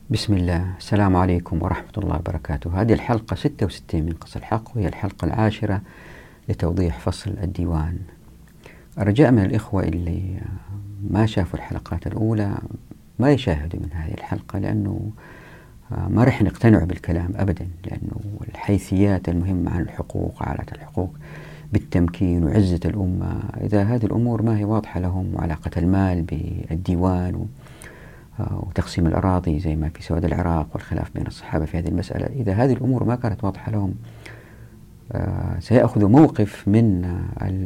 بسم الله، السلام عليكم ورحمة الله وبركاته. هذه الحلقة 66 من قص الحق، وهي الحلقة العاشرة لتوضيح فصل الديوان. الرجاء من الإخوة اللي ما شافوا الحلقات الأولى ما يشاهدوا من هذه الحلقة، لأنه ما رح نقتنعوا بالكلام أبدا، لأنه الحيثيات المهمة عن الحقوق وعلى الحقوق بالتمكين وعزة الأمة، إذا هذه الأمور ما هي واضحة لهم، وعلاقة المال بالديوان وتقسيم الأراضي زي ما في سواد العراق والخلاف بين الصحابة في هذه المسألة، إذا هذه الأمور ما كانت واضحة لهم سيأخذوا موقف من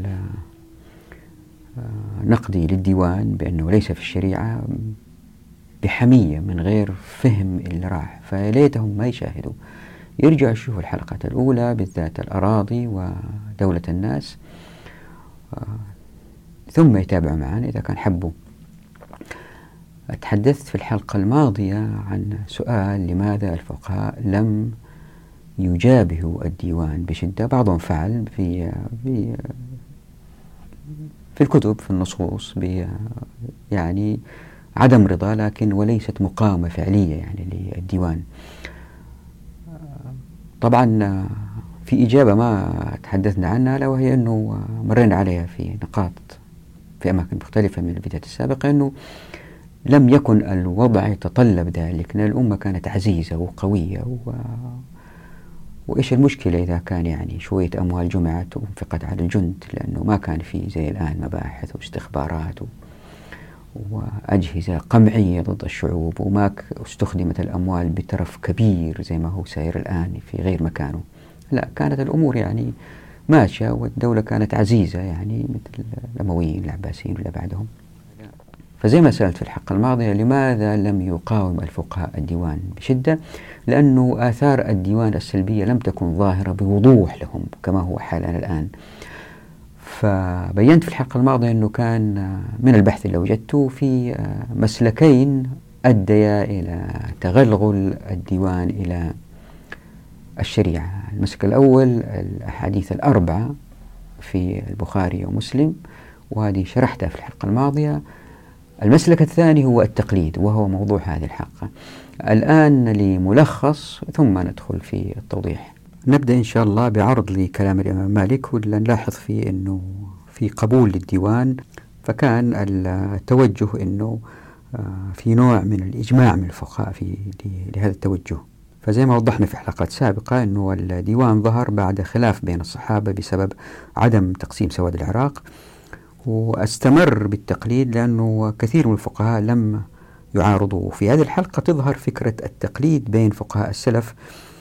النقدي للديوان بأنه ليس في الشريعة بحمية من غير فهم اللي راح، فليتهم ما يشاهدوا، يرجعوا يشوفوا الحلقات الأولى بالذات الأراضي ودولة الناس ثم يتابعوا معنا إذا كان حبوا. تحدثت في الحلقة الماضية عن سؤال لماذا الفقهاء لم يجابهوا الديوان بشدة. بعضهم فعل في الكتب في النصوص يعني عدم رضا، لكن وليست مقاومة فعلية يعني للديوان. طبعا في إجابة ما تحدثنا عنها، ألا وهي أنه مرينا عليها في نقاط في أماكن مختلفة من الفيديوهات السابقة، أنه لم يكن الوضع يتطلب ذلك، لأن الأمة كانت عزيزة وقوية وإيش المشكلة إذا كان يعني شوية أموال جمعت وانفقت على الجند، لأنه ما كان في زي الآن مباحث واستخبارات وأجهزة قمعية ضد الشعوب، وما استخدمت الأموال بترف كبير زي ما هو ساير الآن في غير مكانه. لا، كانت الأمور يعني ماشية، والدولة كانت عزيزة يعني مثل الأمويين العباسيين ولا بعدهم. فزي ما سألت في الحلقة الماضية، لماذا لم يقاوم الفقهاء الديوان بشدة؟ لأنه آثار الديوان السلبية لم تكن ظاهرة بوضوح لهم كما هو حالنا الآن. فبينت في الحلقة الماضية أنه كان من البحث اللي وجدته في مسلكين أديا إلى تغلغل الديوان إلى الشريعة. المسلك الأول الأحاديث الأربعة في البخاري ومسلم، وهذه شرحتها في الحلقة الماضية. المسلك الثاني هو التقليد، وهو موضوع هذه الحلقة. الآن لملخص ثم ندخل في التوضيح. نبدأ إن شاء الله بعرض لكلام الإمام مالك، ونلاحظ فيه أنه في قبول للديوان، فكان التوجه أنه في نوع من الإجماع من الفقهاء لهذا التوجه. فزي ما وضحنا في حلقات سابقة أنه الديوان ظهر بعد خلاف بين الصحابة بسبب عدم تقسيم سواد العراق، واستمر بالتقليد لأنه كثير من الفقهاء لم يعارضوه. في هذه الحلقة تظهر فكرة التقليد بين فقهاء السلف،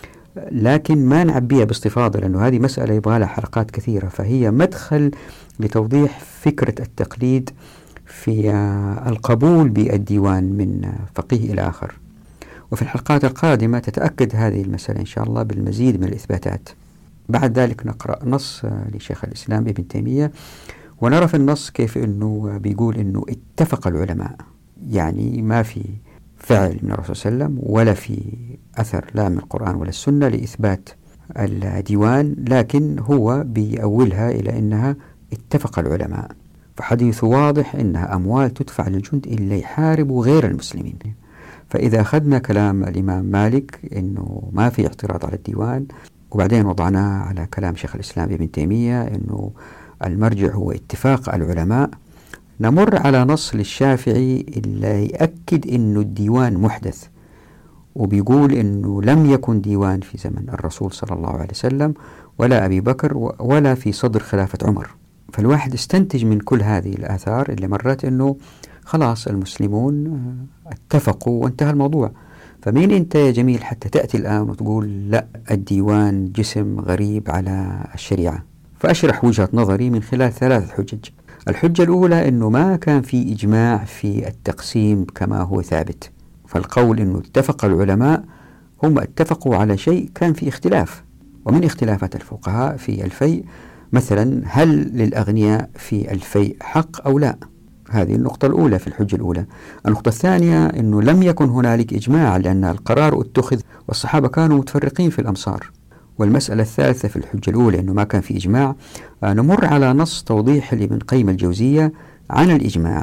لكن ما نعبيها باستفاضة لأنه هذه مسألة يبغى لها حلقات كثيرة، فهي مدخل لتوضيح فكرة التقليد في القبول بالديوان من فقيه إلى آخر. وفي الحلقات القادمة تتأكد هذه المسألة إن شاء الله بالمزيد من الإثباتات. بعد ذلك نقرأ نص لشيخ الإسلام ابن تيمية، ونرى في النص كيف أنه بيقول أنه اتفق العلماء، يعني ما في فعل من الرسول صلى الله عليه وسلم ولا في أثر لا من القرآن ولا السنة لإثبات الديوان، لكن هو بيأولها إلى أنها اتفق العلماء، فحديث واضح أنها أموال تدفع للجند اللي يحاربوا غير المسلمين. فإذا أخذنا كلام الإمام مالك أنه ما في اعتراض على الديوان، وبعدين وضعناه على كلام شيخ الإسلام ابن تيمية أنه المرجع هو اتفاق العلماء، نمر على نص للشافعي اللي يأكد أنه الديوان محدث، وبيقول أنه لم يكن ديوان في زمن الرسول صلى الله عليه وسلم ولا أبي بكر ولا في صدر خلافة عمر. فالواحد استنتج من كل هذه الآثار اللي مرت أنه خلاص المسلمون اتفقوا وانتهى الموضوع. فمين أنت يا جميل حتى تأتي الآن وتقول لا الديوان جسم غريب على الشريعة؟ فأشرح وجهة نظري من خلال 3 حجج. الحجة الأولى أنه ما كان في إجماع في التقسيم كما هو ثابت، فالقول أنه اتفق العلماء هم اتفقوا على شيء كان في اختلاف، ومن اختلافات الفقهاء في الفيء مثلا هل للأغنياء في الفيء حق أو لا. هذه النقطة الأولى في الحجة الأولى. النقطة الثانية أنه لم يكن هنالك إجماع لأن القرار اتخذ والصحابة كانوا متفرقين في الأمصار. والمسألة الثالثة في الحجة الأولى أنه ما كان في إجماع. نمر على نص توضيح لابن قيم الجوزية عن الإجماع،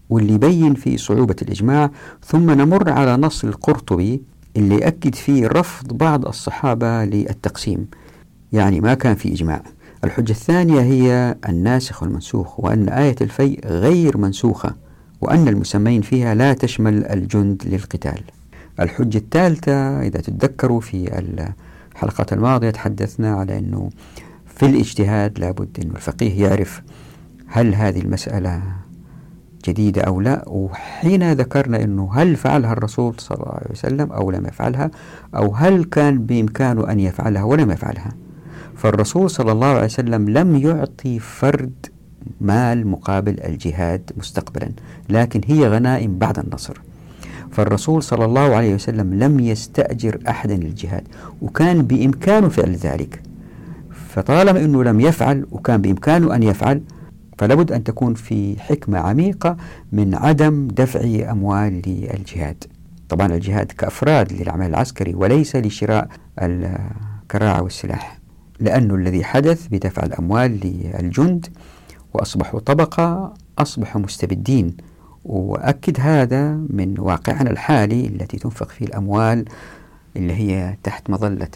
واللي يبين في صعوبة الإجماع، ثم نمر على نص القرطبي اللي يأكد فيه رفض بعض الصحابة للتقسيم، يعني ما كان في إجماع. الحجة الثانية هي الناسخ والمنسوخ، وأن آية الفيء غير منسوخة، وأن المسمين فيها لا تشمل الجند للقتال. الحجة الثالثة إذا تتذكروا في الحلقات الماضية تحدثنا على أنه في الاجتهاد لابد أن الفقيه يعرف هل هذه المسألة جديدة أو لا، وحين ذكرنا أنه هل فعلها الرسول صلى الله عليه وسلم أو لم يفعلها، أو هل كان بإمكانه أن يفعلها ولم يفعلها. فالرسول صلى الله عليه وسلم لم يعطي فرد مال مقابل الجهاد مستقبلا، لكن هي غنائم بعد النصر. فالرسول صلى الله عليه وسلم لم يستأجر أحدا للجهاد، وكان بإمكانه فعل ذلك. فطالما أنه لم يفعل وكان بإمكانه أن يفعل، فلابد أن تكون في حكمة عميقة من عدم دفع أموال للجهاد. طبعا الجهاد كأفراد للعمل العسكري وليس لشراء الكراع والسلاح، لأنه الذي حدث بدفع الأموال للجند وأصبحوا طبقة، أصبحوا مستبدين. وأكد هذا من واقعنا الحالي التي تنفق فيه الأموال اللي هي تحت مظلة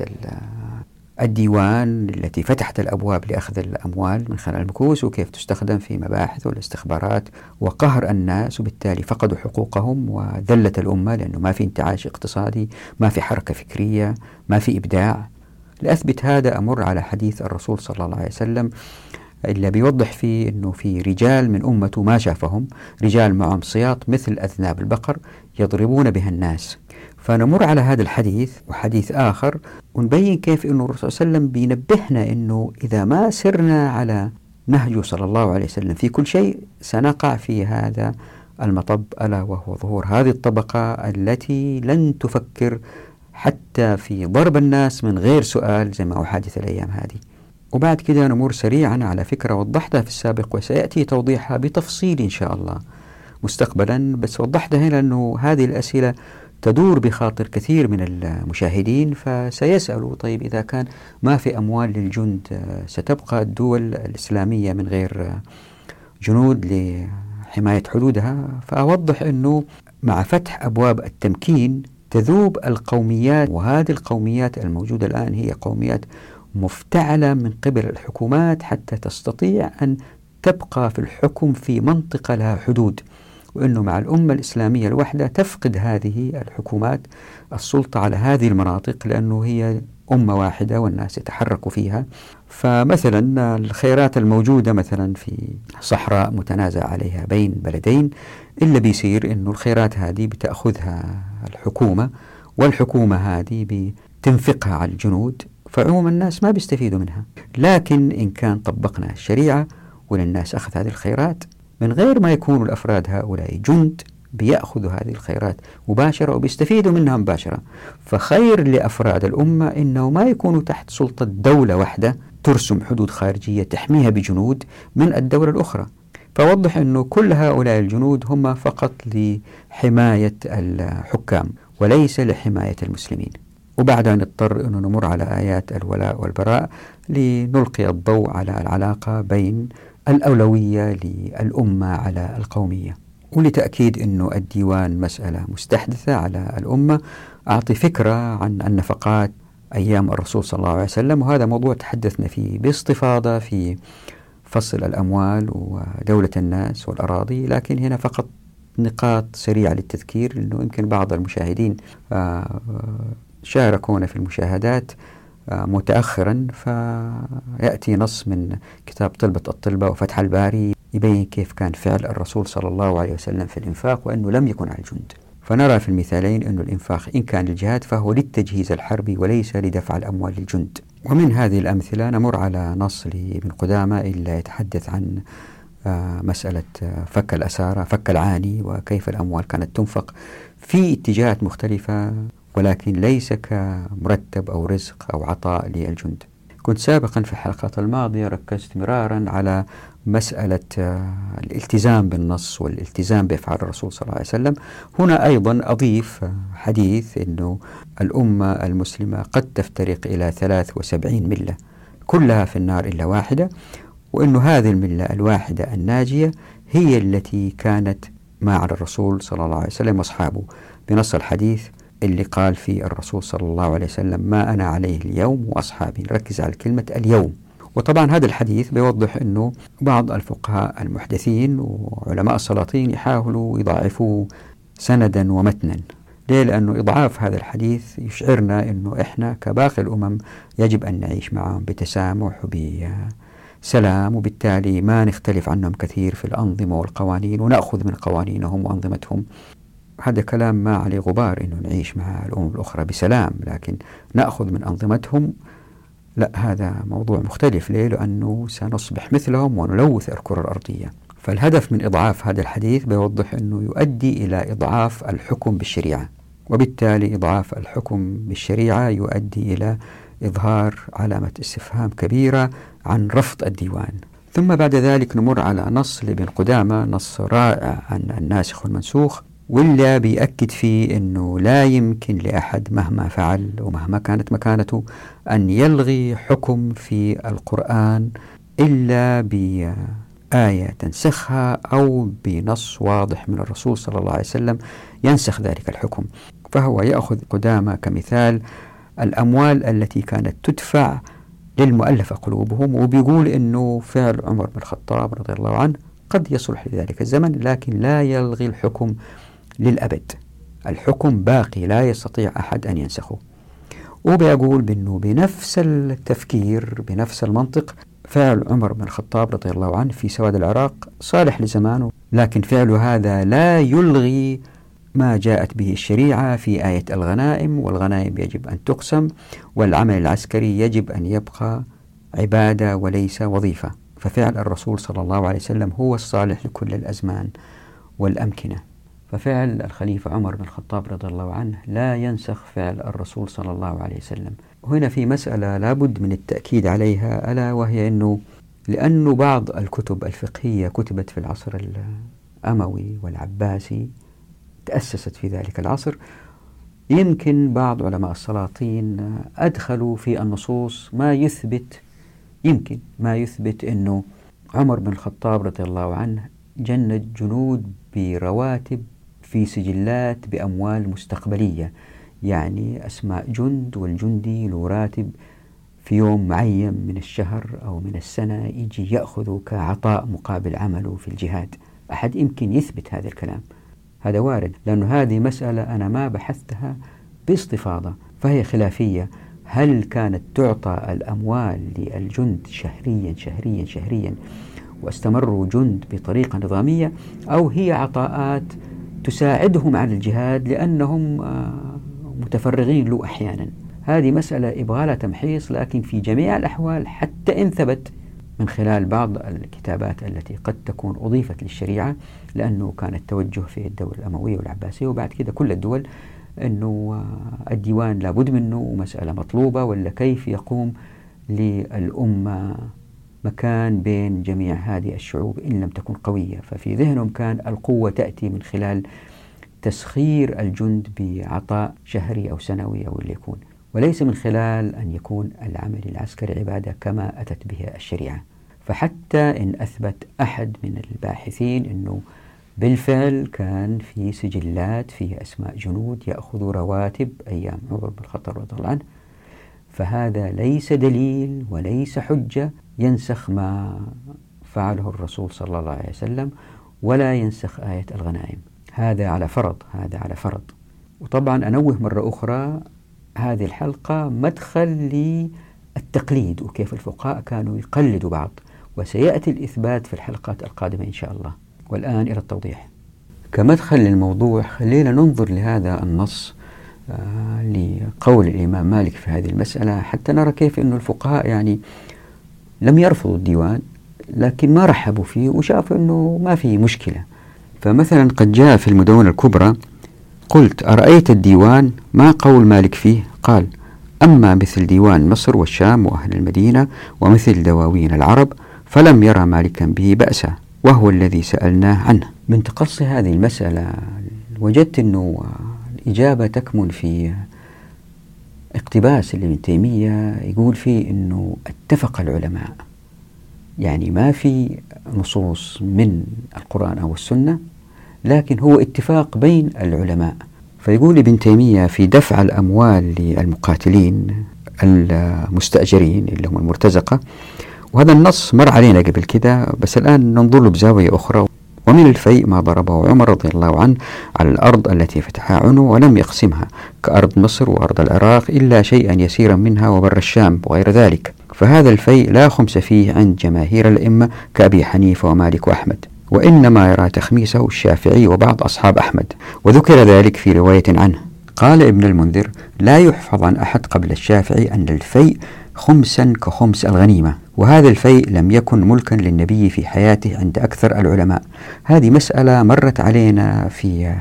الديوان التي فتحت الأبواب لأخذ الأموال من خلال المكوس، وكيف تستخدم في مباحث والاستخبارات وقهر الناس، وبالتالي فقدوا حقوقهم وذلت الأمة، لأنه ما في انتعاش اقتصادي، ما في حركة فكرية، ما في إبداع. لأثبت هذا أمر على حديث الرسول صلى الله عليه وسلم اللي بيوضح فيه أنه في رجال من أمته ما شافهم، رجال معهم سياط مثل أذناب البقر يضربون بها الناس. فنمر على هذا الحديث وحديث آخر ونبين كيف أنه الرسول صلى الله عليه وسلم بينبهنا أنه إذا ما سرنا على نهجه صلى الله عليه وسلم في كل شيء سنقع في هذا المطب، ألا وهو ظهور هذه الطبقة التي لن تفكر حتى في ضرب الناس من غير سؤال زي ما هو حادث الأيام هذه. وبعد كده نمر سريعا على فكرة وضحتها في السابق وسيأتي توضيحها بتفصيل إن شاء الله مستقبلا، بس وضحتها هنا أنه هذه الأسئلة تدور بخاطر كثير من المشاهدين، فسيسألوا طيب إذا كان ما في أموال للجند ستبقى الدول الإسلامية من غير جنود لحماية حدودها؟ فأوضح أنه مع فتح أبواب التمكين تذوب القوميات، وهذه القوميات الموجودة الآن هي قوميات مفتعلة من قبل الحكومات حتى تستطيع أن تبقى في الحكم في منطقة لها حدود، وأنه مع الأمة الإسلامية الوحدة تفقد هذه الحكومات السلطة على هذه المناطق، لأنه هي أمة واحدة والناس يتحركوا فيها. فمثلا الخيرات الموجودة مثلا في صحراء متنازع عليها بين بلدين، إلا بيصير أنه الخيرات هذه بتأخذها الحكومة، والحكومة هذه بتنفقها على الجنود، فعموم الناس ما بيستفيدوا منها. لكن إن كان طبقنا الشريعة وللناس أخذ هذه الخيرات من غير ما يكونوا الأفراد هؤلاء جند، بيأخذوا هذه الخيرات مباشرة وبيستفيدوا منها مباشرة. فخير لأفراد الأمة إنه ما يكونوا تحت سلطة دولة واحدة ترسم حدود خارجية تحميها بجنود من الدولة الأخرى. فوضح أنه كل هؤلاء الجنود هم فقط لحماية الحكام وليس لحماية المسلمين. وبعدها نضطر أن نمر على آيات الولاء والبراء لنلقي الضوء على العلاقة بين الأولوية للأمة على القومية. ولتأكيد أنه الديوان مسألة مستحدثة على الأمة، أعطي فكرة عن النفقات أيام الرسول صلى الله عليه وسلم، وهذا موضوع تحدثنا فيه باستفاضة في فصل الأموال ودولة الناس والأراضي، لكن هنا فقط نقاط سريعة للتذكير، لأنه يمكن بعض المشاهدين شاركونا في المشاهدات متأخرا، فيأتي نص من كتاب طلبة الطلبة وفتح الباري يبين كيف كان فعل الرسول صلى الله عليه وسلم في الإنفاق، وأنه لم يكن على الجند. فنرى في المثالين أن الإنفاق إن كان للجهاد فهو للتجهيز الحربي وليس لدفع الأموال للجند. ومن هذه الأمثلة نمر على نص لابن قدامة إلا يتحدث عن مسألة فك الأسارة، فك العاني، وكيف الأموال كانت تنفق في اتجاهات مختلفة ولكن ليس كمرتب أو رزق أو عطاء للجند. كنت سابقا في الحلقات الماضية ركزت مرارا على مسألة الالتزام بالنص والالتزام بأفعال الرسول صلى الله عليه وسلم. هنا أيضا أضيف حديث أنه الأمة المسلمة قد تفترق إلى 73 ملة كلها في النار إلا واحدة، وأن هذه الملة الواحدة الناجية هي التي كانت ما على الرسول صلى الله عليه وسلم وأصحابه بنص الحديث اللي قال فيه الرسول صلى الله عليه وسلم: ما أنا عليه اليوم وأصحابي. نركز على كلمة اليوم. وطبعا هذا الحديث بيوضح أنه بعض الفقهاء المحدثين وعلماء السلاطين يحاولوا يضاعفوا سندا ومتنا. ليه؟ لأنه إضعاف هذا الحديث يشعرنا أنه إحنا كباقي الأمم يجب أن نعيش معهم بتسامح وبسلام، وبالتالي ما نختلف عنهم كثير في الأنظمة والقوانين ونأخذ من قوانينهم وأنظمتهم. هذا كلام ما عليه غبار، أنه نعيش مع الأمم الأخرى بسلام، لكن نأخذ من أنظمتهم لا، هذا موضوع مختلف. ليه؟ لأنه سنصبح مثلهم ونلوث الكرة الأرضية. فالهدف من إضعاف هذا الحديث بيوضح أنه يؤدي إلى إضعاف الحكم بالشريعة، وبالتالي إضعاف الحكم بالشريعة يؤدي إلى إظهار علامة استفهام كبيرة عن رفض الديوان. ثم بعد ذلك نمر على نص لابن قدامة، نص رائع عن الناسخ والمنسوخ، واللي بيأكد فيه أنه لا يمكن لأحد مهما فعل ومهما كانت مكانته أن يلغي حكم في القرآن إلا بآية تنسخها أو بنص واضح من الرسول صلى الله عليه وسلم ينسخ ذلك الحكم. فهو يأخذ قدامة كمثال الأموال التي كانت تدفع للمؤلفة قلوبهم، وبيقول أنه فعل عمر بن الخطاب رضي الله عنه قد يصلح لذلك الزمن، لكن لا يلغي الحكم للأبد. الحكم باقي، لا يستطيع أحد أن ينسخه. وبيقول بأنه بنفس التفكير بنفس المنطق فعل عمر بن الخطاب رضي الله عنه في سواد العراق صالح لزمانه، لكن فعل هذا لا يلغي ما جاءت به الشريعة في آية الغنائم، والغنائم يجب أن تقسم، والعمل العسكري يجب أن يبقى عبادة وليس وظيفة. ففعل الرسول صلى الله عليه وسلم هو الصالح لكل الأزمان والأمكنة. ففعل الخليفة عمر بن الخطاب رضي الله عنه لا ينسخ فعل الرسول صلى الله عليه وسلم. هنا في مسألة لابد من التأكيد عليها، ألا وهي أنه لأن بعض الكتب الفقهية كتبت في العصر الأموي والعباسي، تأسست في ذلك العصر، يمكن بعض علماء السلاطين أدخلوا في النصوص ما يثبت أنه عمر بن الخطاب رضي الله عنه جند جنود برواتب في سجلات بأموال مستقبلية، يعني أسماء جند، والجندي له راتب في يوم معين من الشهر أو من السنة يجي يأخذ كعطاء مقابل عمله في الجهاد. أحد يمكن يثبت هذا الكلام؟ هذا وارد، لأن هذه مسألة أنا ما بحثتها باستفاضة، فهي خلافية. هل كانت تعطى الأموال للجند شهريا واستمروا جند بطريقة نظامية، أو هي عطاءات تساعدهم على الجهاد لأنهم متفرغين له أحيانا؟ هذه مسألة يبغى لها تمحيص، لكن في جميع الأحوال حتى إن ثبت من خلال بعض الكتابات التي قد تكون أضيفت للشريعة، لأنه كان التوجه في الدولة الأموية والعباسية وبعد كده كل الدول أنه الديوان لابد منه ومسألة مطلوبة، ولا كيف يقوم للأمة مكان بين جميع هذه الشعوب إن لم تكن قوية. ففي ذهنهم كان القوة تأتي من خلال تسخير الجند بعطاء شهري أو سنوي أو اللي يكون، وليس من خلال أن يكون العمل العسكري عبادة كما أتت به الشريعة. فحتى إن أثبت أحد من الباحثين أنه بالفعل كان في سجلات فيها أسماء جنود يأخذوا رواتب أيام عمر بن الخطاب رضي الله عنه، فهذا ليس دليل وليس حجة ينسخ ما فعله الرسول صلى الله عليه وسلم، ولا ينسخ آية الغنائم. هذا على فرض. وطبعا أنوه مرة أخرى، هذه الحلقة مدخل للتقليد وكيف الفقهاء كانوا يقلدوا بعض، وسيأتي الإثبات في الحلقات القادمة إن شاء الله. والآن إلى التوضيح. كمدخل للموضوع خلينا ننظر لهذا النص لقول الإمام مالك في هذه المسألة، حتى نرى كيف أن الفقهاء يعني لم يرفضوا الديوان، لكن ما رحبوا فيه وشافوا أنه ما فيه مشكلة. فمثلا قد جاء في المدونة الكبرى: قلت أرأيت الديوان ما قول مالك فيه؟ قال: أما مثل ديوان مصر والشام وأهل المدينة ومثل دواوين العرب فلم يرى مالكا به بأسا، وهو الذي سألناه عنه. من تقصي هذه المسألة وجدت أنه الإجابة تكمن في اقتباس لابن تيمية يقول فيه أنه اتفق العلماء، يعني ما في نصوص من القرآن أو السنة لكن هو اتفاق بين العلماء. فيقول ابن تيمية في دفع الأموال للمقاتلين المستأجرين اللي هم المرتزقة، وهذا النص مر علينا قبل كده بس الآن ننظر له بزاوية أخرى. ومن الفيء ما ضربه عمر رضي الله عنه على الأرض التي فتحها عنه ولم يقسمها، كأرض مصر وأرض العراق إلا شيئا يسيرا منها وبر الشام وغير ذلك، فهذا الفيء لا خمس فيه عند جماهير الأئمة كأبي حنيفة ومالك وأحمد، وإنما يرى تخميسه الشافعي وبعض أصحاب أحمد، وذكر ذلك في رواية عنه. قال ابن المنذر: لا يحفظ عن أحد قبل الشافعي أن الفيء خمسا كخمس الغنيمة، وهذا الفيء لم يكن ملكا للنبي في حياته عند أكثر العلماء. هذه مسألة مرت علينا في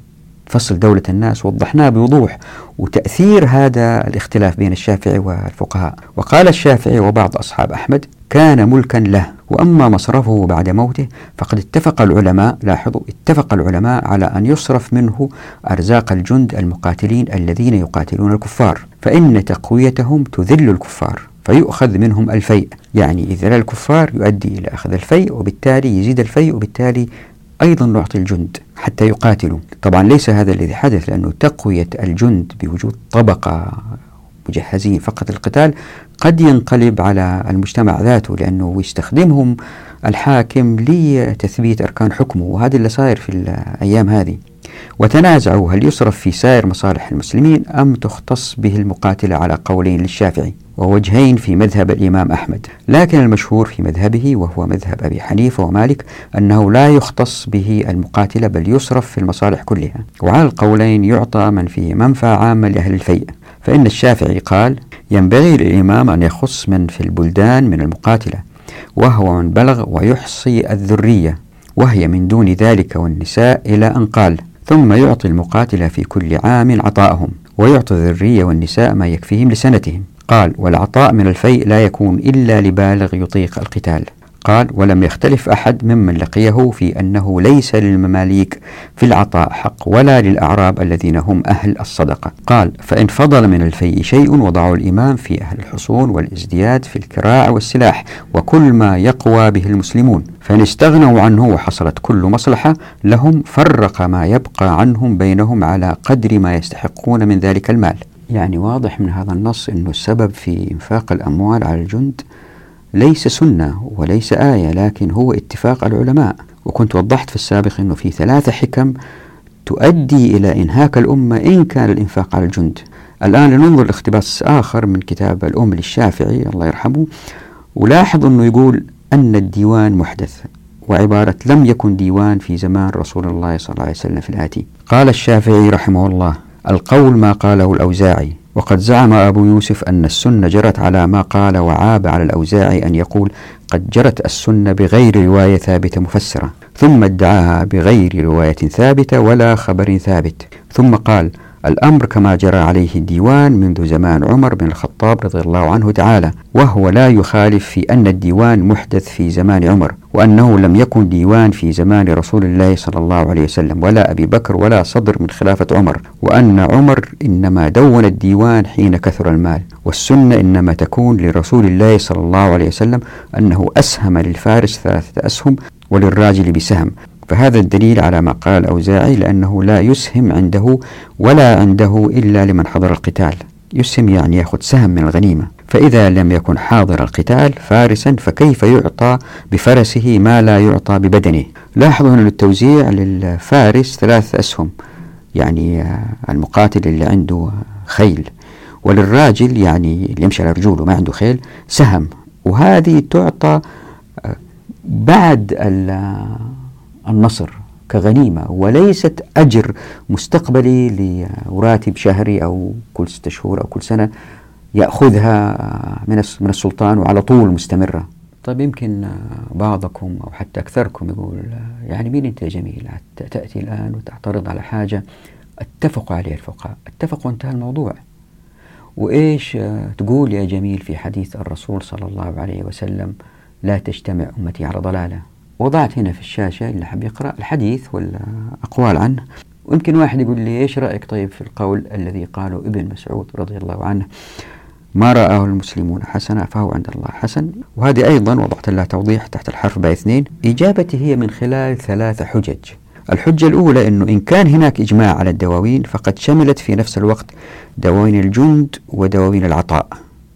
فصل دولة الناس، وضحناه بوضوح وتأثير هذا الاختلاف بين الشافعي والفقهاء. وقال الشافعي وبعض أصحاب أحمد: كان ملكا له، وأما مصرفه بعد موته فقد اتفق العلماء، لاحظوا، اتفق العلماء على أن يصرف منه أرزاق الجند المقاتلين الذين يقاتلون الكفار، فإن تقويتهم تذل الكفار فيؤخذ منهم الفيء، يعني إذا الكفار يؤدي إلى أخذ الفيء، وبالتالي يزيد الفيء، وبالتالي أيضا نعطي الجند حتى يقاتلوا. طبعا ليس هذا الذي حدث، لأنه تقوية الجند بوجود طبقة مجهزين فقط القتال قد ينقلب على المجتمع ذاته، لأنه يستخدمهم الحاكم لتثبيت أركان حكمه، وهذا اللي صاير في الأيام هذه. وتنازعوا هل يصرف في سائر مصالح المسلمين أم تختص به المقاتلة على قولين للشافعي ووجهين في مذهب الإمام أحمد، لكن المشهور في مذهبه وهو مذهب أبي حنيفة ومالك أنه لا يختص به المقاتلة بل يصرف في المصالح كلها، وعلى القولين يعطى من فيه منفعة عامة لأهل الفيء. فإن الشافعي قال: ينبغي للإمام أن يخص من في البلدان من المقاتلة، وهو من بلغ ويحصي الذرية، وهي من دون ذلك والنساء، إلى أن قال: ثم يعطي المقاتلة في كل عام عطاءهم، ويعطي الذرية والنساء ما يكفيهم لسنتهم. قال: والعطاء من الفيء لا يكون إلا لبالغ يطيق القتال. قال: ولم يختلف أحد ممن لقيه في أنه ليس للمماليك في العطاء حق ولا للأعراب الذين هم أهل الصدقة. قال: فإن فضل من الفيء شيء وضعوا الإمام في أهل الحصون والازدياد في الكراع والسلاح وكل ما يقوى به المسلمون، فإن استغنوا عنه وحصلت كل مصلحة لهم فرق ما يبقى عنهم بينهم على قدر ما يستحقون من ذلك المال. يعني واضح من هذا النص أنه السبب في إنفاق الأموال على الجند ليس سنة وليس آية، لكن هو اتفاق العلماء. وكنت وضحت في السابق أنه في 3 حكم تؤدي إلى إنهاك الأمة إن كان الإنفاق على الجند. الآن لننظر لاقتباس آخر من كتاب الأم للشافعي الله يرحمه، ولاحظ أنه يقول أن الديوان محدث، وعبارة لم يكن ديوان في زمان رسول الله صلى الله عليه وسلم في الآتي. قال الشافعي رحمه الله: القول ما قاله الأوزاعي، وقد زعم أبو يوسف أن السنة جرت على ما قال، وعاب على الأوزاعي أن يقول قد جرت السنة بغير رواية ثابتة مفسرة، ثم ادعاها بغير رواية ثابتة ولا خبر ثابت، ثم قال: الأمر كما جرى عليه الديوان منذ زمان عمر بن الخطاب رضي الله عنه تعالى، وهو لا يخالف في أن الديوان محدث في زمان عمر، وأنه لم يكن ديوان في زمان رسول الله صلى الله عليه وسلم ولا أبي بكر ولا صدر من خلافة عمر، وأن عمر إنما دون الديوان حين كثر المال، والسنة إنما تكون لرسول الله صلى الله عليه وسلم أنه أسهم للفارس 3 أسهم وللراجل بسهم. فهذا الدليل على ما قال الأوزاعي، لأنه لا يسهم عنده ولا عنده إلا لمن حضر القتال. يسهم يعني يأخذ سهم من الغنيمة، فإذا لم يكن حاضر القتال فارسا فكيف يعطى بفرسه ما لا يعطى ببدنه. لاحظوا أن التوزيع للفارس 3 أسهم، يعني المقاتل اللي عنده خيل، وللراجل يعني اللي يمشي على رجوله ما عنده خيل سهم، وهذه تعطى بعد النصر كغنيمة، وليست أجر مستقبلي لراتب شهري أو كل 6 شهور أو كل سنة يأخذها من السلطان وعلى طول مستمرة. طيب يمكن بعضكم أو حتى أكثركم يقول يعني مين أنت يا جميل تأتي الآن وتعترض على حاجة اتفقوا عليها الفقهاء، اتفقوا انتهى الموضوع، وإيش تقول يا جميل في حديث الرسول صلى الله عليه وسلم لا تجتمع أمتي على ضلالة. وضعت هنا في الشاشة اللي حب يقرأ الحديث والأقوال عنه. ويمكن واحد يقول لي إيش رأيك طيب في القول الذي قاله ابن مسعود رضي الله عنه ما رآه المسلمون حسنا فهو عند الله حسن. وهذه أيضا وضعت لها توضيح تحت الحرف باء 2. إجابتي هي من خلال 3 حجج. الحجة الأولى أنه إن كان هناك إجماع على الدواوين فقد شملت في نفس الوقت دواوين الجند ودواوين العطاء.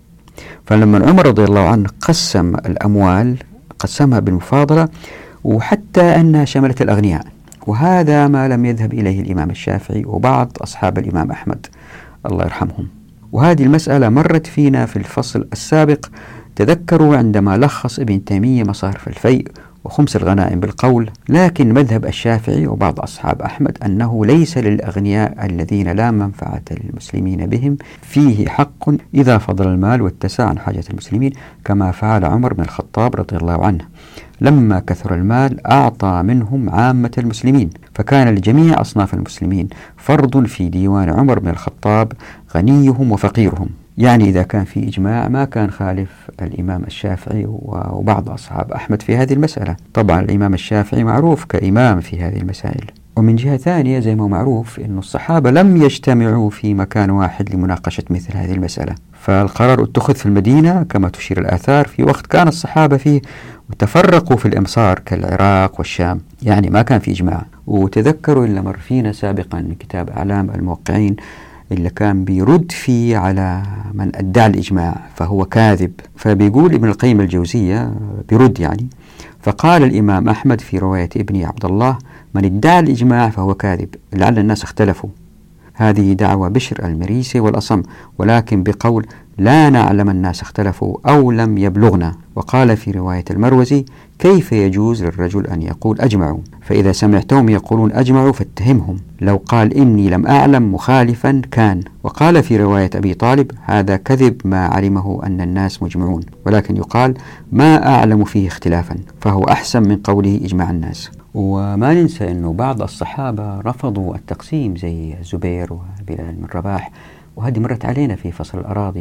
فلما عمر رضي الله عنه قسم الأموال قسمها بالمفاضلة، وحتى أنها شملت الأغنياء، وهذا ما لم يذهب إليه الإمام الشافعي وبعض أصحاب الإمام أحمد الله يرحمهم. وهذه المسألة مرت فينا في الفصل السابق، تذكروا عندما لخص ابن تيمية مصارف الفيء وخمس الغنائم بالقول: لكن مذهب الشافعي وبعض أصحاب أحمد أنه ليس للأغنياء الذين لا منفعة للمسلمين بهم فيه حق إذا فضل المال واتسع عن حاجة المسلمين، كما فعل عمر بن الخطاب رضي الله عنه لما كثر المال أعطى منهم عامة المسلمين، فكان لجميع أصناف المسلمين فرض في ديوان عمر بن الخطاب غنيهم وفقيرهم. يعني إذا كان في إجماع ما كان خالف الإمام الشافعي وبعض أصحاب أحمد في هذه المسألة. طبعا الإمام الشافعي معروف كإمام في هذه المسائل. ومن جهة ثانية زي ما معروف أن الصحابة لم يجتمعوا في مكان واحد لمناقشة مثل هذه المسألة، فالقرار اتخذ في المدينة كما تشير الآثار في وقت كان الصحابة فيه وتفرقوا في الإمصار كالعراق والشام، يعني ما كان في إجماع. وتذكروا اللي مر فينا سابقا من كتاب أعلام الموقعين اللي كان بيرد فيه على من ادعى الإجماع فهو كاذب، فبيقول ابن القيم الجوزية بيرد يعني، فقال الإمام أحمد في رواية ابن عبد الله: من ادعى الإجماع فهو كاذب، لعل الناس اختلفوا. هذه دعوى بشر المريسي والأصم، ولكن بقول لا نعلم الناس اختلفوا أو لم يبلغنا. وقال في رواية المروزي: كيف يجوز للرجل أن يقول أجمعوا؟ فإذا سمعتهم يقولون أجمعوا فاتهمهم، لو قال إني لم أعلم مخالفا كان. وقال في رواية أبي طالب: هذا كذب ما علمه أن الناس مجمعون، ولكن يقال ما أعلم فيه اختلافا، فهو أحسن من قوله إجماع الناس. وما ننسى أنه بعض الصحابة رفضوا التقسيم زي الزبير وبلال بن رباح، وهذه مرت علينا في فصل الأراضي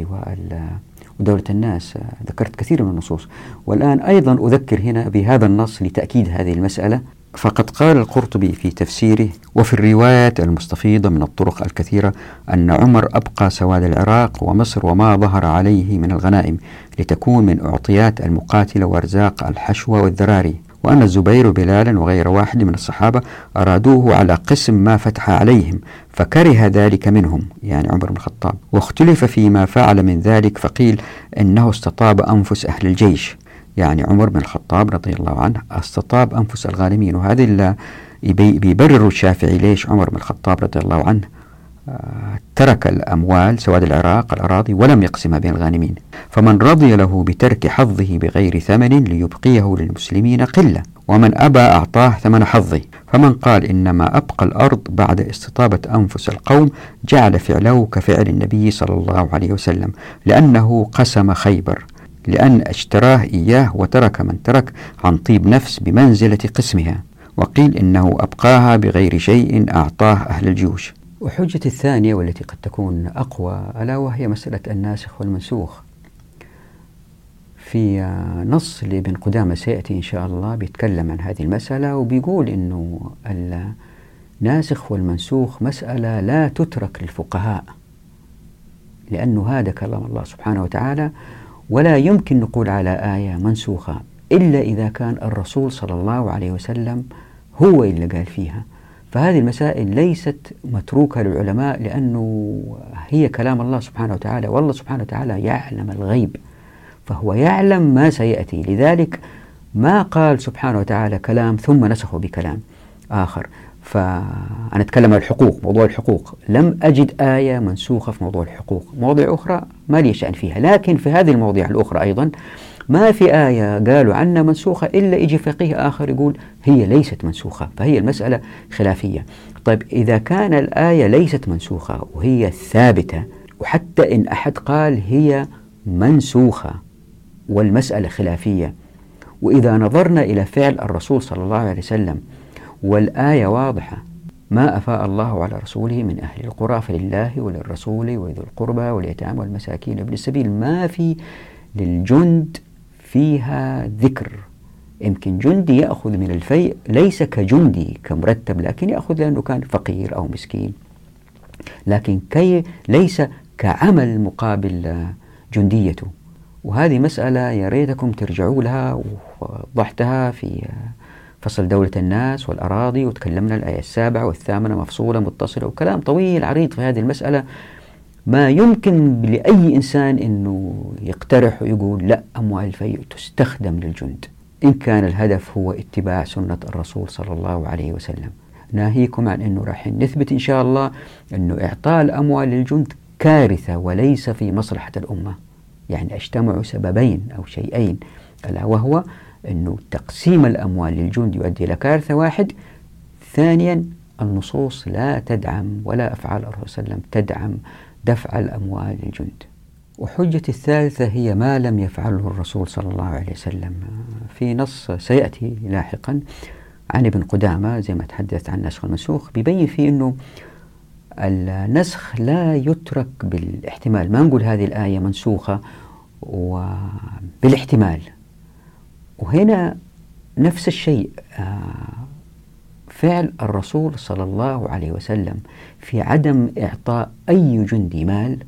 ودولة الناس، ذكرت كثير من النصوص. والآن أيضا أذكر هنا بهذا النص لتأكيد هذه المسألة، فقد قال القرطبي في تفسيره: وفي الروايات المستفيضة من الطرق الكثيرة أن عمر أبقى سواد العراق ومصر وما ظهر عليه من الغنائم لتكون من أعطيات المقاتلة وارزاق الحشوة والذراري، وأن الزبير وبلالا وغير واحد من الصحابة أرادوه على قسم ما فتح عليهم فكره ذلك منهم، يعني عمر بن الخطاب. واختلف فيما فعل من ذلك، فقيل إنه استطاب أنفس أهل الجيش، يعني عمر بن الخطاب رضي الله عنه استطاب أنفس الغانمين. وهذا اللي بيبرر الشافعي ليش عمر بن الخطاب رضي الله عنه ترك الأموال سواد العراق الأراضي ولم يقسمها بين الغانمين. فمن رضي له بترك حظه بغير ثمن ليبقيه للمسلمين قلة، ومن أبى أعطاه ثمن حظه. فمن قال إنما أبقى الأرض بعد استطابة أنفس القوم جعل فعله كفعل النبي صلى الله عليه وسلم، لأنه قسم خيبر لأن اشتراه إياه وترك من ترك عن طيب نفس بمنزلة قسمها. وقيل إنه أبقاها بغير شيء أعطاه أهل الجيوش. وحجة الثانية والتي قد تكون أقوى ألا وهي مسألة الناسخ والمنسوخ. في نص لابن قدامة سيأتي إن شاء الله بيتكلم عن هذه المسألة، وبيقول إنه الناسخ والمنسوخ مسألة لا تترك للفقهاء، لأنه هذا كلام الله سبحانه وتعالى، ولا يمكن نقول على آية منسوخة إلا إذا كان الرسول صلى الله عليه وسلم هو اللي قال فيها. فهذه المسائل ليست متروكة للعلماء، لأنه هي كلام الله سبحانه وتعالى، والله سبحانه وتعالى يعلم الغيب، فهو يعلم ما سيأتي. لذلك ما قال سبحانه وتعالى كلام ثم نسخه بكلام آخر. فأنا أتكلم عن الحقوق، موضوع الحقوق لم أجد آية منسوخة في موضوع الحقوق. مواضيع أخرى ما لي شأن فيها، لكن في هذه المواضيع الأخرى أيضا ما في آية قالوا عنها منسوخة إلا يجي فقيه آخر يقول هي ليست منسوخة، فهي المسألة خلافية. طيب إذا كان الآية ليست منسوخة وهي ثابتة، وحتى إن أحد قال هي منسوخة والمسألة خلافية، وإذا نظرنا إلى فعل الرسول صلى الله عليه وسلم والآية واضحة: ما أفاء الله على رسوله من أهل القرى فلله وللرسول وذي القربى واليتامى والمساكين وابن السبيل، ما في للجند فيها ذكر. يمكن جندي يأخذ من الفيء ليس كجندي كمرتب، لكن يأخذ لأنه كان فقير أو مسكين، لكن ليس كعمل مقابل جنديته. وهذه مسألة يا ريتكم ترجعوا لها، ووضحتها في فصل دولة الناس والأراضي، وتكلمنا الآية 7 و8 مفصولة متصلة، وكلام طويل عريض في هذه المسألة ما يمكن لأي إنسان أنه يقترح ويقول لا، أموال الفيء تستخدم للجند إن كان الهدف هو اتباع سنة الرسول صلى الله عليه وسلم. ناهيكم عن أنه راح نثبت إن شاء الله أنه إعطاء الأموال للجند كارثة وليس في مصلحة الأمة. يعني اجتمعوا سببين أو شيئين، ألا وهو أنه تقسيم الأموال للجند يؤدي إلى كارثة واحد، ثانيا النصوص لا تدعم ولا أفعال الرسول صلى الله عليه وسلم تدعم دفع الأموال للجند. وحجة الثالثة هي ما لم يفعله الرسول صلى الله عليه وسلم، في نص سيأتي لاحقا عن ابن قدامة زي ما تحدث عن النسخ والمنسوخ، بيبين فيه أنه النسخ لا يترك بالاحتمال، ما نقول هذه الآية منسوخة وبالاحتمال. وهنا نفس الشيء، فعل الرسول صلى الله عليه وسلم في عدم إعطاء أي جندي مال،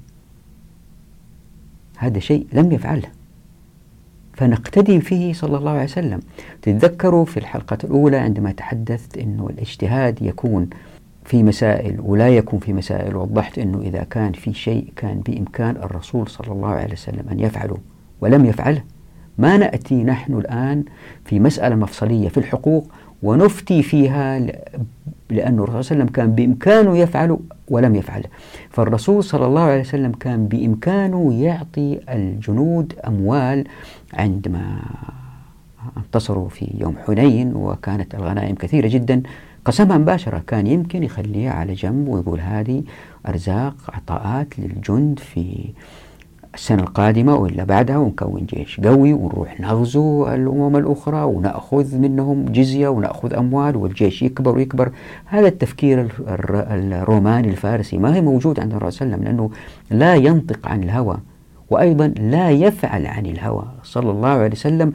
هذا شيء لم يفعله، فنقتدي فيه صلى الله عليه وسلم. تتذكروا في الحلقة الأولى عندما تحدثت أنه الاجتهاد يكون في مسائل ولا يكون في مسائل، وضحت أنه إذا كان في شيء كان بإمكان الرسول صلى الله عليه وسلم أن يفعله ولم يفعله، ما نأتي نحن الآن في مسألة مفصلية في الحقوق ونفتي فيها لأن الرسول صلى الله عليه وسلم كان بإمكانه يفعله ولم يفعله. فالرسول صلى الله عليه وسلم كان بإمكانه يعطي الجنود أموال عندما انتصروا في يوم حنين وكانت الغنائم كثيرة جدا، قسمها مباشرة، كان يمكن يخليها على جنب ويقول هذه أرزاق عطاءات للجند في السنة القادمة وإلا بعدها، ونكون جيش قوي ونروح نغزو الأمم الأخرى ونأخذ منهم جزية ونأخذ أموال والجيش يكبر ويكبر. هذا التفكير الروماني الفارسي ما هي موجود عند الرسول صلى الله عليه وسلم، لأنه لا ينطق عن الهوى وأيضا لا يفعل عن الهوى صلى الله عليه وسلم.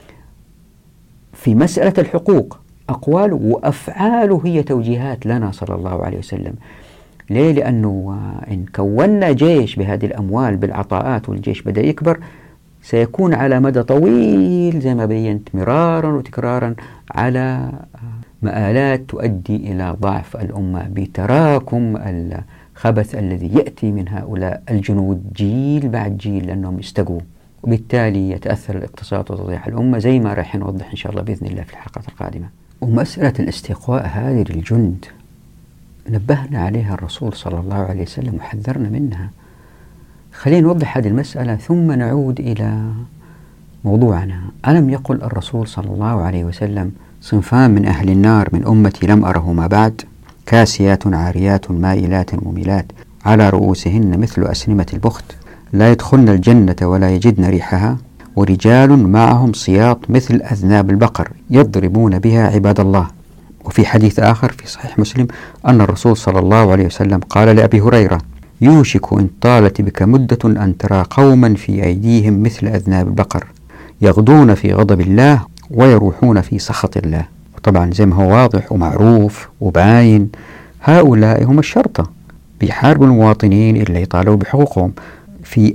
في مسألة الحقوق أقواله وأفعاله هي توجيهات لنا صلى الله عليه وسلم. ليه؟ لأنه إن كونا جيش بهذه الأموال بالعطاءات والجيش بدأ يكبر، سيكون على مدى طويل زي ما بينت مرارا وتكرارا على مآلات تؤدي إلى ضعف الأمة بتراكم الخبث الذي يأتي من هؤلاء الجنود جيل بعد جيل لأنهم استقوا، وبالتالي يتأثر الاقتصاد وتضيع الأمة زي ما راح نوضح إن شاء الله بإذن الله في الحلقات القادمة. ومسألة الاستقواء هذه للجند نبهنا عليها الرسول صلى الله عليه وسلم وحذرنا منها. خلينا نوضح هذه المسألة ثم نعود إلى موضوعنا. ألم يقل الرسول صلى الله عليه وسلم صنفان من أهل النار من أمتي لم أرهما بعد، كاسيات عاريات مائلات مميلات على رؤوسهن مثل أسنمة البخت لا يدخلن الجنة ولا يجدن ريحها، ورجال معهم سياط مثل أذناب البقر يضربون بها عباد الله. وفي حديث آخر في صحيح مسلم أن الرسول صلى الله عليه وسلم قال لأبي هريرة يوشك إن طالت بك مدة أن ترى قوما في أيديهم مثل أذناب البقر يغدون في غضب الله ويروحون في سخط الله. وطبعا زي ما هو واضح ومعروف وباين، هؤلاء هم الشرطة بيحاربوا المواطنين اللي يطالبوا بحقوقهم. في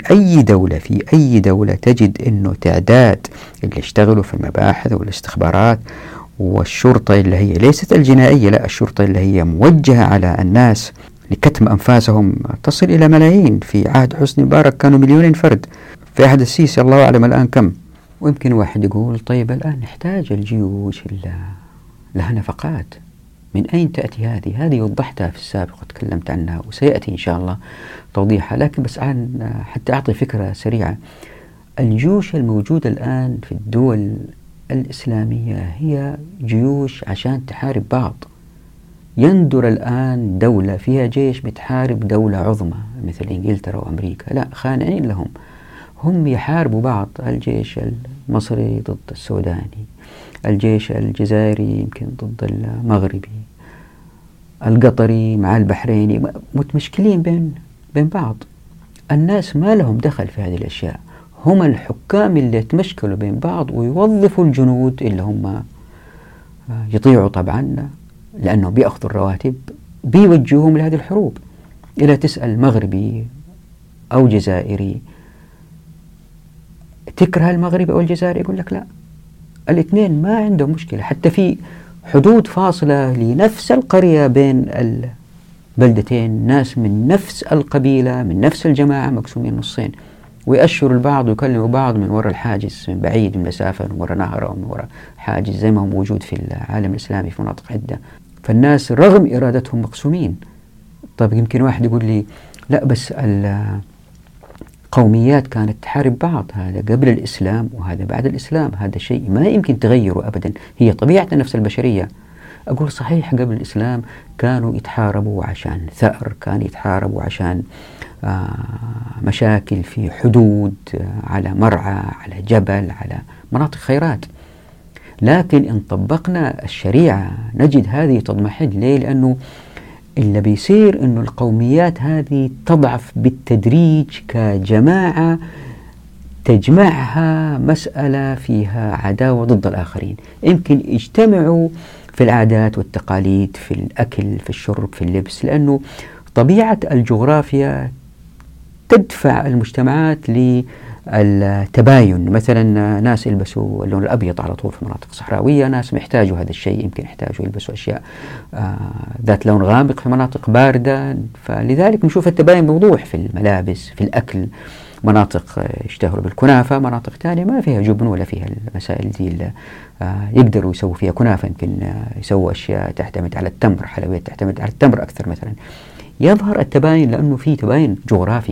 أي دولة تجد أنه تعداد اللي يشتغلوا في المباحث والاستخبارات والشرطة اللي هي ليست الجنائية، لا الشرطة اللي هي موجهة على الناس لكتم أنفاسهم تصل إلى ملايين. في عهد حسني مبارك كانوا 2,000,000 فرد، في عهد السيسي الله أعلم الآن كم. ويمكن واحد يقول طيب الآن نحتاج الجيوش لها نفقات، من أين تأتي هذه وضحتها في السابق وتكلمت عنها وسيأتي إن شاء الله توضيحها، لكن بس حتى أعطي فكرة سريعة. الجيوش الموجودة الآن في الدول الإسلامية هي جيوش عشان تحارب بعض. يندر الآن دولة فيها جيش بتحارب دولة عظمى مثل إنجلترا وأمريكا، لا خانعين لهم، هم يحاربوا بعض. الجيش المصري ضد السوداني، الجيش الجزائري يمكن ضد المغربي، القطري مع البحريني، متمشكلين بين بعض. الناس ما لهم دخل في هذه الأشياء، هم الحكام اللي يتمشكلوا بين بعض ويوظفوا الجنود اللي هم يطيعوا طبعا لأنه بيأخذوا الرواتب، بيوجهوهم لهذه الحروب. إلى تسأل مغربي أو جزائري تكره المغربي أو الجزائري يقول لك لا، الاثنين ما عندهم مشكلة، حتى في حدود فاصلة لنفس القرية بين البلدتين، ناس من نفس القبيلة من نفس الجماعة مقسومين نصين، ويأشروا البعض ويكلموا بعض من وراء الحاجز، من بعيد، من مسافة، من وراء نهر أو من وراء حاجز، زي ما هو موجود في العالم الإسلامي في مناطق عدة. فالناس رغم إرادتهم مقسومين. طيب يمكن واحد يقول لي لا بس القوميات كانت تحارب بعض، هذا قبل الإسلام وهذا بعد الإسلام، هذا شيء ما يمكن تغيره أبدا، هي طبيعة نفس البشرية. أقول صحيح قبل الإسلام كانوا يتحاربوا عشان ثأر، كانوا يتحاربوا عشان مشاكل في حدود، على مرعى، على جبل، على مناطق خيرات. لكن إن طبقنا الشريعة نجد هذه تضمحل. ليه؟ لأنه اللي بيصير أنه القوميات هذه تضعف بالتدريج كجماعة تجمعها مسألة فيها عداوة ضد الآخرين. يمكن يجتمعوا في العادات والتقاليد، في الأكل، في الشرب، في اللبس، لأنه طبيعة الجغرافيا تدفع المجتمعات للتباين. مثلا ناس يلبسوا اللون الأبيض على طول في مناطق صحراوية، ناس محتاجوا هذا الشيء، يمكن يحتاجوا يلبسوا أشياء ذات لون غامق في مناطق باردة. فلذلك نشوف التباين بوضوح في الملابس، في الأكل. مناطق يشتهروا بالكنافة، مناطق ثانية ما فيها جبن ولا فيها المسائل دي يقدروا يسووا فيها كنافة، يمكن يسووا أشياء تعتمد على التمر، حلويات تعتمد على التمر أكثر مثلا. يظهر التباين لأنه في تباين جغرافي،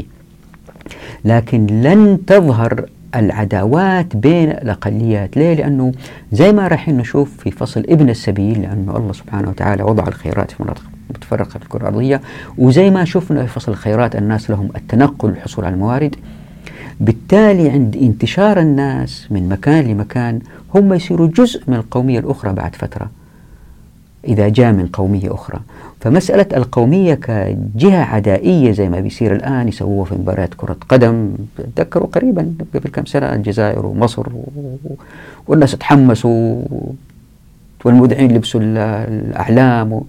لكن لن تظهر العداوات بين الأقليات. ليه؟ لأنه زي ما راح نشوف في فصل ابن السبيل، لأنه الله سبحانه وتعالى وضع الخيرات في مناطق متفرقة في الكرة الأرضية، وزي ما شفنا في فصل الخيرات الناس لهم التنقل والحصول على الموارد، بالتالي عند انتشار الناس من مكان لمكان هم يصيروا جزء من القومية الأخرى بعد فترة إذا جاء من قومية أخرى. فمسألة القومية كجهة عدائية زي ما بيصير الآن، يسووها في مباريات كرة قدم. تذكروا قريبا قبل كم سنة الجزائر ومصر والناس تحمسوا والمذيعين لبسوا الأعلام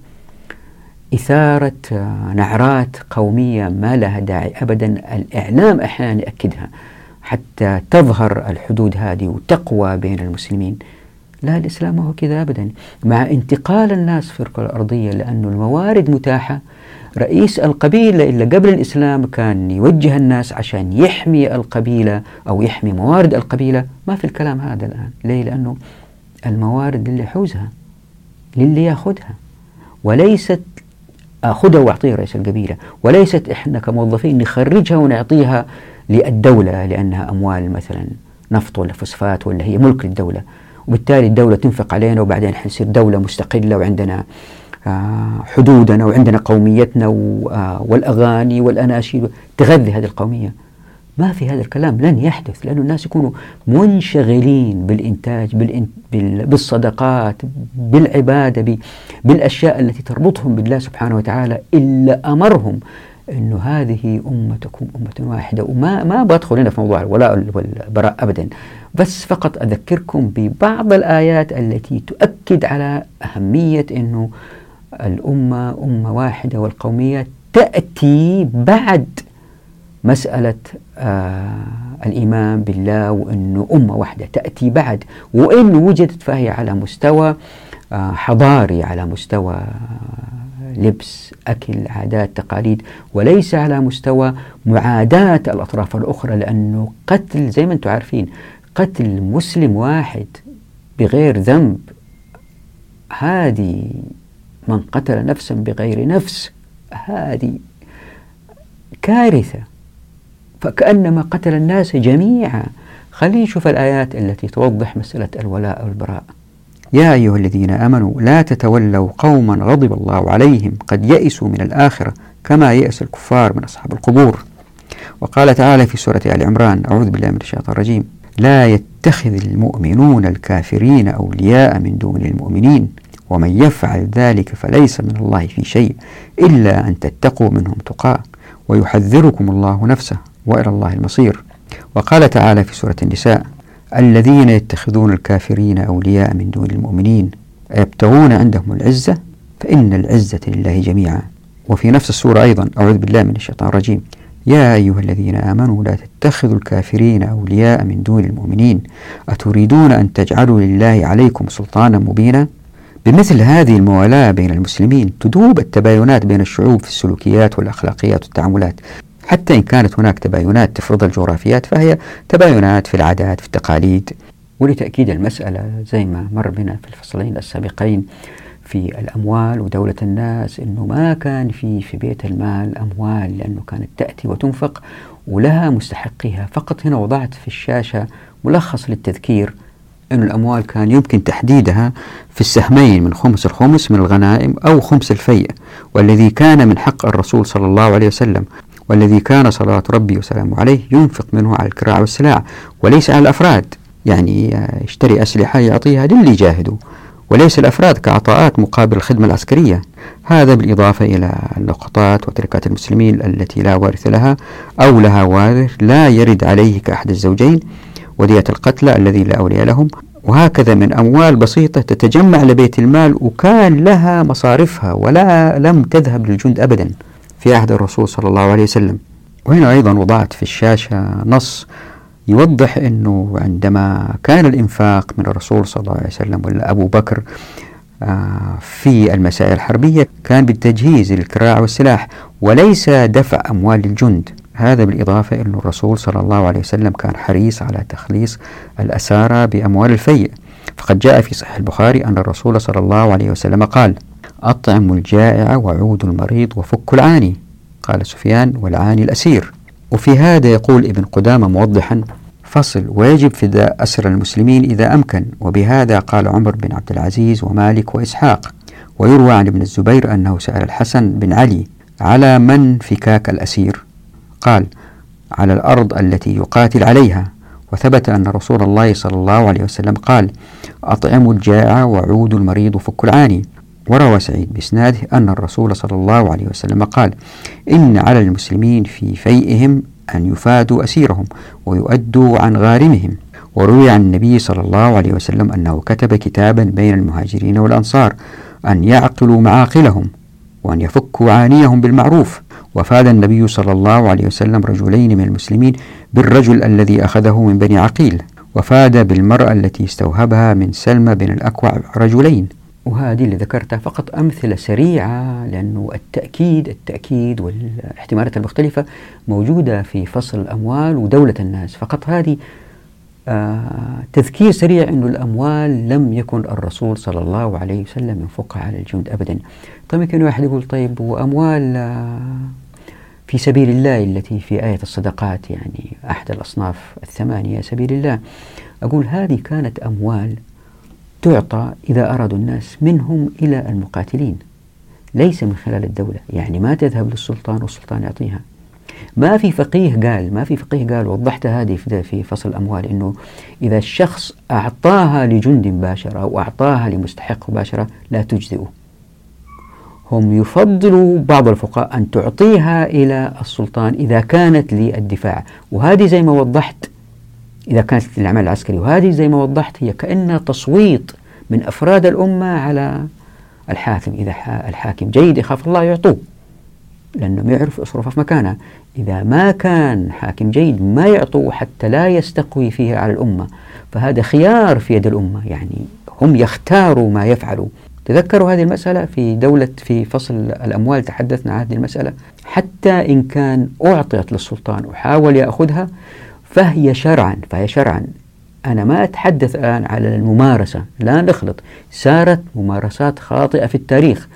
إثارة نعرات قومية ما لها داعي أبدا. الإعلام أحيانا يأكدها حتى تظهر الحدود هذه وتقوى بين المسلمين. لا، الإسلام ما هو كذا أبدا. مع انتقال الناس في الكرة الأرضية لأنه الموارد متاحة، رئيس القبيلة اللي قبل الإسلام كان يوجه الناس عشان يحمي القبيلة أو يحمي موارد القبيلة، ما في الكلام هذا الآن. ليه؟ لأنه الموارد للي يحوزها، للي يأخذها، وليست أخذها وأعطيها رئيس القبيلة، وليست إحنا كموظفين نخرجها ونعطيها للدولة لأنها أموال مثلا نفط ولا فوسفات ولا هي ملك للدولة، وبالتالي الدولة تنفق علينا وبعدين حنصير دولة مستقلة وعندنا حدودنا وعندنا قوميتنا والأغاني والأناشيد تغذي هذه القومية. ما في هذا الكلام، لن يحدث، لأن الناس يكونوا منشغلين بالإنتاج، بالصدقات، بالعبادة، بالأشياء التي تربطهم بالله سبحانه وتعالى، إلا أمرهم أنه هذه أمتكم أمة واحدة. وما بدخل هنا في موضوع الولاء والبراء أبدا، بس فقط أذكركم ببعض الآيات التي تؤكد على أهمية أنه الأمة أمة واحدة، والقومية تأتي بعد مسألة الإيمان بالله، وأنه أمة واحدة تأتي بعد، وإن وجدت فهي على مستوى حضاري، على مستوى لبس، أكل، عادات، تقاليد، وليس على مستوى معاداة الأطراف الأخرى. لأنه قتل زي ما أنتم عارفين، قتل مسلم واحد بغير ذنب، هذه من قتل نفسا بغير نفس، هذه كارثة، فكأنما قتل الناس جميعا. خلينا نشوف الآيات التي توضح مسألة الولاء والبراء. يا أيها الذين آمنوا لا تتولوا قوما غضب الله عليهم قد يئسوا من الآخرة كما يئس الكفار من أصحاب القبور. وقال تعالى في سورة آل عمران: أعوذ بالله من الشيطان الرجيم: لا يتخذ المؤمنون الكافرين أولياء من دون المؤمنين ومن يفعل ذلك فليس من الله في شيء إلا أن تتقوا منهم تقاة ويحذركم الله نفسه وإلى الله المصير. وقال تعالى في سورة النساء: الذين يتخذون الكافرين أولياء من دون المؤمنين يبتغون عندهم العزة فإن العزة لله جميعا. وفي نفس السورة أيضا: أعوذ بالله من الشيطان الرجيم: يا أيها الذين آمنوا لا تتخذوا الكافرين أولياء من دون المؤمنين أتريدون أن تجعلوا لله عليكم سلطانا مبينا. بمثل هذه الموالاة بين المسلمين تذوب التباينات بين الشعوب في السلوكيات والأخلاقيات والتعاملات، حتى إن كانت هناك تباينات تفرض الجغرافيات فهي تباينات في العادات في التقاليد. ولتأكيد المسألة زي ما مر بنا في الفصلين السابقين في الأموال ودولة الناس، أنه ما كان في بيت المال أموال، لأنه كانت تأتي وتنفق ولها مستحقيها. فقط هنا وضعت في الشاشة ملخص للتذكير أن الأموال كان يمكن تحديدها في السهمين من خمس الخمس من الغنائم أو خمس الفيء، والذي كان من حق الرسول صلى الله عليه وسلم، والذي كان صلوات ربي وسلامه عليه ينفق منه على الكراع والسلاح وليس على الأفراد، يعني يشتري أسلحة يعطيها للي يجاهدوا، وليس الأفراد كعطاءات مقابل الخدمة العسكرية. هذا بالإضافة إلى اللقطات وتركات المسلمين التي لا وارث لها أو لها وارث لا يرد عليه كأحد الزوجين، ودية القتلى الذي لا أولياء لهم، وهكذا من أموال بسيطة تتجمع لبيت المال وكان لها مصارفها ولا لم تذهب للجند أبدا في عهد الرسول صلى الله عليه وسلم. وهنا أيضا وضعت في الشاشة نص يوضح أنه عندما كان الإنفاق من الرسول صلى الله عليه وسلم ولا أبو بكر في المسائل الحربية كان بالتجهيز للكراع والسلاح وليس دفع أموال للجند. هذا بالإضافة أن الرسول صلى الله عليه وسلم كان حريص على تخليص الأسارى بأموال الفيء، فقد جاء في صحيح البخاري أن الرسول صلى الله عليه وسلم قال: أطعموا الجائع وعودوا المريض وفكوا العاني. قال سفيان: والعاني الأسير. وفي هذا يقول ابن قدامة موضحا: فصل: ويجب فداء أسر المسلمين إذا أمكن. وبهذا قال عمر بن عبد العزيز ومالك وإسحاق. ويروى عن ابن الزبير أنه سأل الحسن بن علي: على من فكاك الأسير؟ قال: على الأرض التي يقاتل عليها. وثبت أن رسول الله صلى الله عليه وسلم قال: أطعموا الجائع وعودوا المريض وفكوا العاني. وروى سعيد بإسناده أن الرسول صلى الله عليه وسلم قال: إن على المسلمين في فيئهم أن يفادوا أسيرهم ويؤدوا عن غارمهم. وروي عن النبي صلى الله عليه وسلم أنه كتب كتابا بين المهاجرين والأنصار أن يعقلوا معاقلهم وأن يفكوا عانيهم بالمعروف. وفاد النبي صلى الله عليه وسلم رجلين من المسلمين بالرجل الذي أخذه من بني عقيل، وفاد بالمرأة التي استوهبها من سلمى بن الأكوع رجلين. وهذه اللي ذكرتها فقط أمثلة سريعة، لأنه التأكيد والاحتمالات المختلفة موجودة في فصل الأموال ودولة الناس. فقط هذه تذكير سريع أنه الأموال لم يكن الرسول صلى الله عليه وسلم ينفقها على الجند أبدا. طيب يمكن واحد يقول: طيب وأموال في سبيل الله التي في آية الصدقات، يعني أحد الأصناف الثمانية سبيل الله. أقول هذه كانت أموال تعطى إذا أرادوا الناس منهم إلى المقاتلين، ليس من خلال الدولة، يعني ما تذهب للسلطان والسلطان يعطيها. ما في فقيه قال وضحت هذه في فصل الأموال أنه إذا الشخص أعطاها لجند مباشرة أو أعطاها لمستحق مباشرة لا تجزئه. هم يفضلوا بعض الفقهاء أن تعطيها إلى السلطان إذا كانت للدفاع، وهذه زي ما وضحت إذا كانت للعمل العسكري، وهذه زي ما وضحت هي كأنها تصويت من أفراد الأمة على الحاكم. إذا الحاكم جيد يخاف الله يعطوه لأنه يعرف يصرفه في مكانه، إذا ما كان حاكم جيد ما يعطوه حتى لا يستقوي فيه على الأمة. فهذا خيار في يد الأمة، يعني هم يختاروا ما يفعلوا. تذكروا هذه المسألة في فصل الأموال تحدثنا عن هذه المسألة. حتى إن كان أعطيت للسلطان وحاول يأخذها فهي شرعا أنا ما أتحدث الآن على الممارسة، لا نخلط. صارت ممارسات خاطئة في التاريخ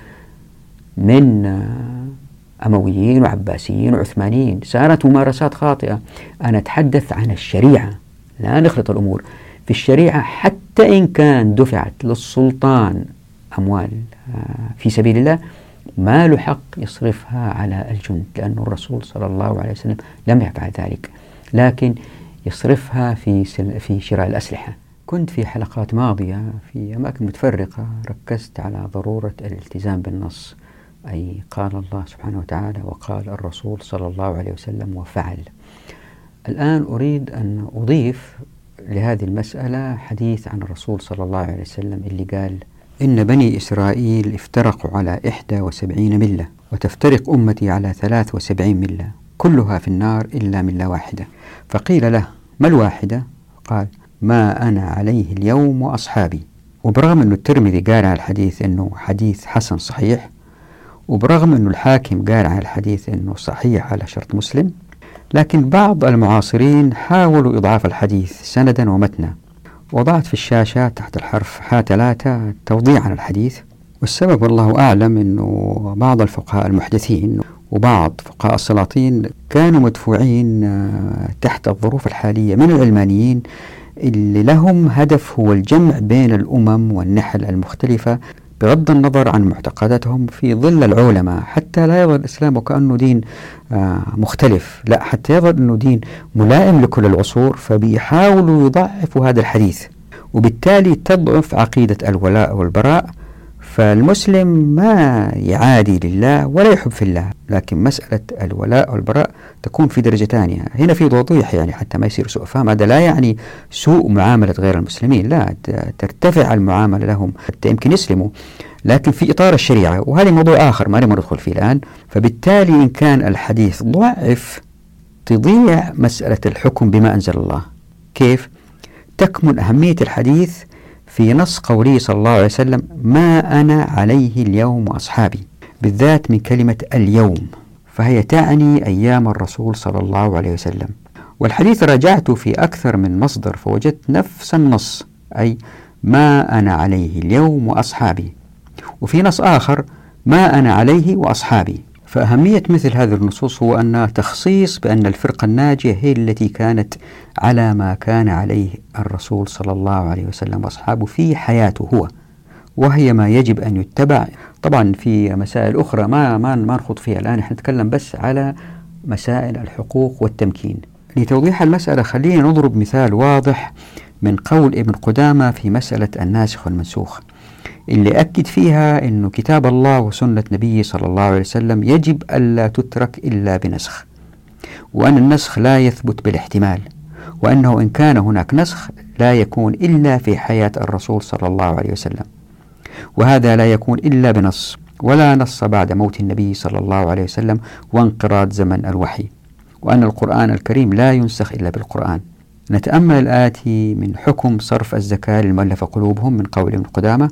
من أمويين وعباسيين وعثمانيين، صارت ممارسات خاطئة. أنا أتحدث عن الشريعة، لا نخلط الأمور. في الشريعة حتى إن كان دفعت للسلطان أموال في سبيل الله ما له حق يصرفها على الجند، لأن الرسول صلى الله عليه وسلم لم يفعل ذلك، لكن يصرفها في شراء الأسلحة. كنت في حلقات ماضية في أماكن متفرقة ركزت على ضرورة الالتزام بالنص، أي قال الله سبحانه وتعالى وقال الرسول صلى الله عليه وسلم وفعل. الآن أريد أن أضيف لهذه المسألة حديث عن الرسول صلى الله عليه وسلم اللي قال: إن بني إسرائيل افترقوا على 71 ملة، وتفترق أمتي على 73 ملة، كلها في النار إلا ملة واحدة. فقيل له: ما الواحدة؟ قال: ما أنا عليه اليوم وأصحابي. وبرغم أن الترمذي قال على الحديث أنه حديث حسن صحيح، وبرغم أن الحاكم قال على الحديث أنه صحيح على شرط مسلم، لكن بعض المعاصرين حاولوا إضعاف الحديث سندا ومتنا. وضعت في الشاشة تحت الحرف ح3 توضيح عن الحديث، والسبب والله أعلم أنه بعض الفقهاء المحدثين وبعض فقهاء السلاطين كانوا مدفوعين تحت الظروف الحالية من العلمانيين اللي لهم هدف هو الجمع بين الأمم والنحل المختلفة بغض النظر عن معتقداتهم في ظل العولمة، حتى لا يظهر الإسلام وكأنه دين مختلف، لا، حتى يظهر أنه دين ملائم لكل العصور. فبيحاولوا يضعفوا هذا الحديث، وبالتالي تضعف عقيدة الولاء والبراء. فالمسلم ما يعادي لله ولا يحب في الله، لكن مسألة الولاء والبراء تكون في درجة ثانية. هنا في توضيح يعني حتى ما يصير سوء فهم، هذا لا يعني سوء معاملة غير المسلمين، لا، ترتفع المعاملة لهم حتى يمكن يسلموا، لكن في إطار الشريعة، وهذا موضوع آخر ما نبغى ندخل فيه الآن. فبالتالي إن كان الحديث ضعف تضيع مسألة الحكم بما أنزل الله. كيف؟ تكمن أهمية الحديث في نص قوله صلى الله عليه وسلم: ما أنا عليه اليوم وأصحابي، بالذات من كلمة اليوم، فهي تعني أيام الرسول صلى الله عليه وسلم. والحديث راجعته في أكثر من مصدر فوجدت نفس النص، أي ما أنا عليه اليوم وأصحابي، وفي نص آخر ما أنا عليه وأصحابي. فأهمية مثل هذه النصوص هو أنها تخصيص بأن الفرقة الناجية هي التي كانت على ما كان عليه الرسول صلى الله عليه وسلم وأصحابه في حياته هو، وهي ما يجب أن يتبع. طبعا في مسائل أخرى ما نخوض فيها الآن، نحن نتكلم بس على مسائل الحقوق والتمكين. لتوضيح المسألة خلينا نضرب مثال واضح من قول ابن قدامة في مسألة الناسخ والمنسوخ، اللي أكد فيها أنه كتاب الله وسنة نبيه صلى الله عليه وسلم يجب ألا تترك إلا بنسخ، وأن النسخ لا يثبت بالاحتمال، وأنه إن كان هناك نسخ لا يكون إلا في حياة الرسول صلى الله عليه وسلم، وهذا لا يكون إلا بنص، ولا نص بعد موت النبي صلى الله عليه وسلم وانقراض زمن الوحي، وأن القرآن الكريم لا ينسخ إلا بالقرآن. نتأمل الآتي من حكم صرف الزكاة للمؤلفة قلوبهم من قول ابن قدامة،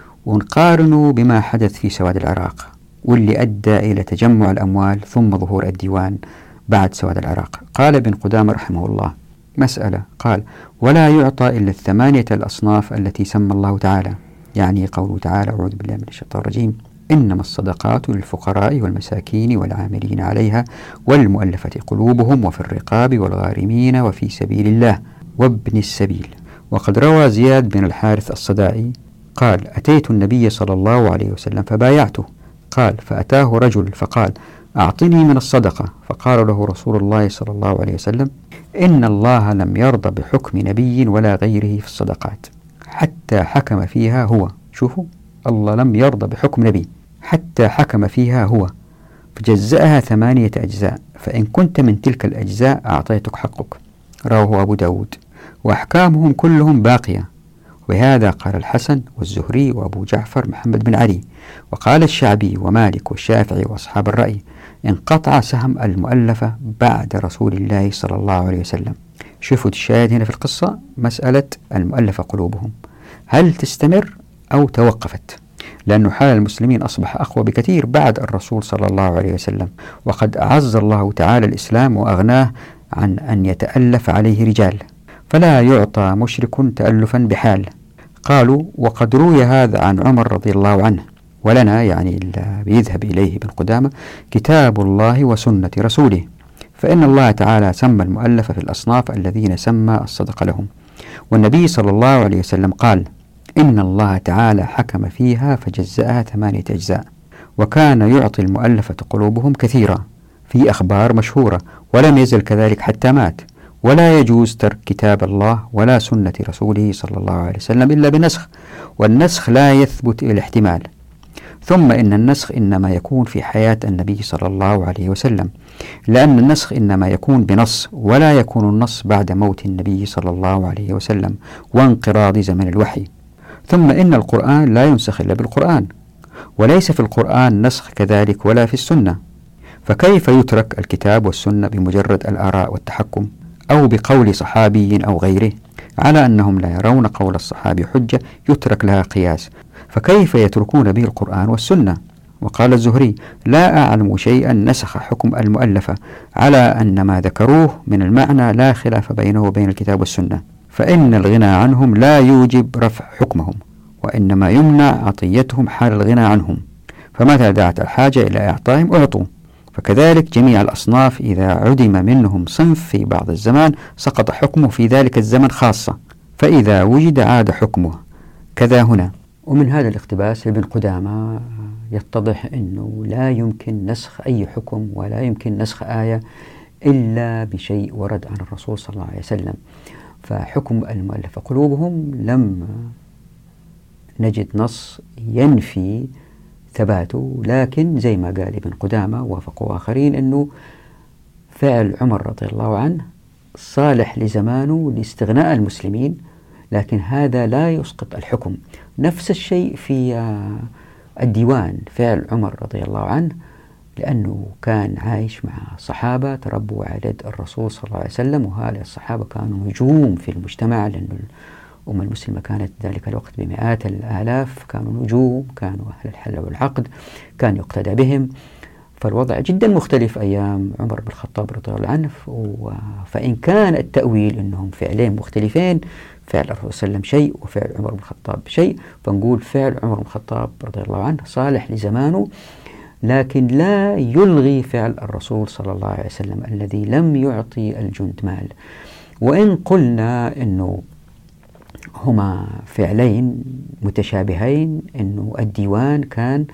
ونقارنه بما حدث في سواد العراق، واللي أدى إلى تجمع الأموال ثم ظهور الديوان بعد سواد العراق. قال ابن قدامة رحمه الله: مسألة، قال: ولا يعطى إلا 8 الأصناف التي سمى الله تعالى، يعني قوله تعالى: أعوذ بالله من الشيطان الرجيم، إنما الصدقات للفقراء والمساكين والعاملين عليها والمؤلفة قلوبهم وفي الرقاب والغارمين وفي سبيل الله وابن السبيل. وقد روى زياد بن الحارث الصدائي قال: أتيت النبي صلى الله عليه وسلم فبايعته. قال: فأتاه رجل فقال: أعطني من الصدقة. فقال له رسول الله صلى الله عليه وسلم: إن الله لم يرضى بحكم نبي ولا غيره في الصدقات حتى حكم فيها هو. شوفوا، الله لم يرضى بحكم نبي حتى حكم فيها هو، فجزأها 8 أجزاء، فإن كنت من تلك الأجزاء أعطيتك حقك. رواه أبو داود. وأحكامهم كلهم باقية. وهذا قال الحسن والزهري وأبو جعفر محمد بن علي، وقال الشعبي ومالك والشافعي وأصحاب الرأي: انقطع سهم المؤلفة بعد رسول الله صلى الله عليه وسلم. شوفوا الشاهد هنا في القصة، مسألة المؤلفة قلوبهم هل تستمر أو توقفت؟ لأن حال المسلمين أصبح أقوى بكثير بعد الرسول صلى الله عليه وسلم، وقد أعز الله تعالى الإسلام وأغناه عن أن يتألف عليه رجال، فلا يعطى مشرك تألفا بحال. قالوا: وقد روي هذا عن عمر رضي الله عنه. ولنا يعني اللي بيذهب إليه ابن قدامة كتاب الله وسنة رسوله، فإن الله تعالى سمى المؤلف في الأصناف الذين سمى الصدقة لهم، والنبي صلى الله عليه وسلم قال: إن الله تعالى حكم فيها فجزأها 8 أجزاء. وكان يعطي المؤلفة قلوبهم كثيرا في أخبار مشهورة، ولم يزل كذلك حتى مات. ولا يجوز ترك كتاب الله ولا سنة رسوله صلى الله عليه وسلم إلا بنسخ، والنسخ لا يثبت إلى الاحتمال. ثم إن النسخ إنما يكون في حياة النبي صلى الله عليه وسلم، لأن النسخ إنما يكون بنص، ولا يكون النص بعد موت النبي صلى الله عليه وسلم وانقراض زمن الوحي. ثم إن القرآن لا ينسخ إلا بالقرآن، وليس في القرآن نسخ كذلك ولا في السنة، فكيف يترك الكتاب والسنة بمجرد الآراء والتحكم أو بقول صحابي أو غيره على أنهم لا يرون قول الصحابي حجة يترك لها قياس، فكيف يتركون به القرآن والسنة؟ وقال الزهري: لا أعلم شيئا نسخ حكم المؤلفة على أن ما ذكروه من المعنى لا خلاف بينه وبين الكتاب والسنة، فإن الغنى عنهم لا يوجب رفع حكمهم، وإنما يمنع عطيتهم حال الغنى عنهم، فمتى دعت الحاجة إلى إعطائهم أعطوا. فكذلك جميع الأصناف إذا عدم منهم صنف في بعض الزمان سقط حكمه في ذلك الزمن خاصة، فإذا وجد عاد حكمه، كذا هنا. ومن هذا الاقتباس ابن قدامة يتضح أنه لا يمكن نسخ أي حكم ولا يمكن نسخ آية إلا بشيء ورد عن الرسول صلى الله عليه وسلم. فحكم المؤلف قلوبهم لم نجد نص ينفي ثباته، لكن زي ما قال ابن قدامة وافقوا آخرين أنه فعل عمر رضي الله عنه صالح لزمانه لاستغناء المسلمين، لكن هذا لا يسقط الحكم. نفس الشيء في الديوان، فعل عمر رضي الله عنه لأنه كان عايش مع صحابة تربوا على يد الرسول صلى الله عليه وسلم، وهؤلاء الصحابة كانوا نجوم في المجتمع، لأن الأمة المسلمة كانت ذلك الوقت بمئات الآلاف، كانوا نجوم، كانوا أهل الحل والعقد، كان يقتدى بهم. فالوضع جدا مختلف أيام عمر بن الخطاب رضي الله عنه. فإن كان التأويل أنهم فعلين مختلفين، فعل الرسول صلى الله عليه وسلم شيء وفعل عمر بن الخطاب شيء، فنقول فعل عمر بن الخطاب رضي الله عنه صالح لزمانه، لكن لا يلغي فعل الرسول صلى الله عليه وسلم الذي لم يعطي الجند مال. وإن قلنا أنه هما فعلين متشابهين، أنه الديوان كان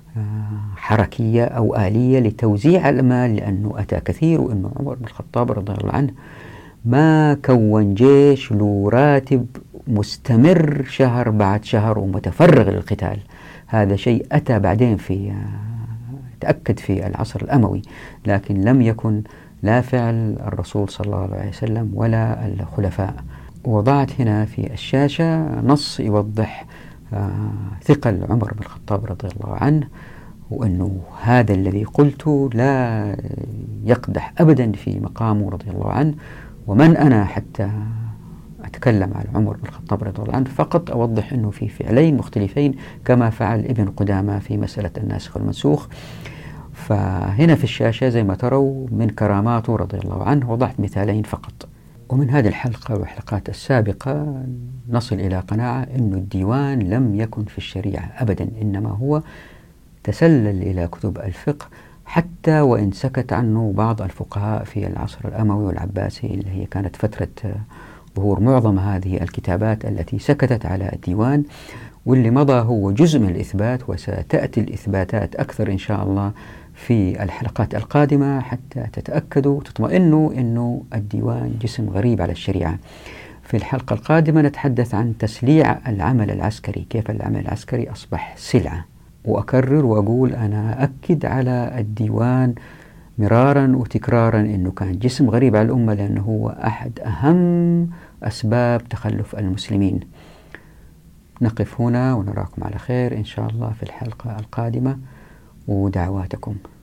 حركية أو آلية لتوزيع المال، لأنه أتى كثير، وأنه عمر بن الخطاب رضي الله عنه ما كون جيش له راتب مستمر شهر بعد شهر ومتفرغ للقتال. هذا شيء أتى بعدين تأكد في العصر الأموي، لكن لم يكن لا فعل الرسول صلى الله عليه وسلم ولا الخلفاء. وضعت هنا في الشاشة نص يوضح ثقل عمر بن الخطاب رضي الله عنه، وأنه هذا الذي قلته لا يقدح أبدا في مقامه رضي الله عنه. ومن أنا حتى أتكلم عن عمر بن الخطاب رضي الله عنه، فقط أوضح أنه في فعلين مختلفين كما فعل ابن قدامة في مسألة الناسخ والمنسوخ. فهنا في الشاشة زي ما تروا من كراماته رضي الله عنه وضعت مثالين فقط. ومن هذه الحلقة والحلقات السابقة نصل إلى قناعة أن الديوان لم يكن في الشريعة أبدا، إنما هو تسلل إلى كتب الفقه، حتى وإن سكت عنه بعض الفقهاء في العصر الأموي والعباسي اللي هي كانت فترة ظهور معظم هذه الكتابات التي سكتت على الديوان. واللي مضى هو جزء من الإثبات، وستأتي الإثباتات أكثر إن شاء الله في الحلقات القادمة حتى تتأكدوا وتطمئنوا أنه الديوان جسم غريب على الشريعة. في الحلقة القادمة نتحدث عن تسليع العمل العسكري، كيف العمل العسكري أصبح سلعة. وأكرر وأقول أنا أكد على الديوان مرارا وتكرارا أنه كان جسم غريب على الأمة، لأنه هو أحد أهم أسباب تخلف المسلمين. نقف هنا ونراكم على خير إن شاء الله في الحلقة القادمة، ودعواتكم.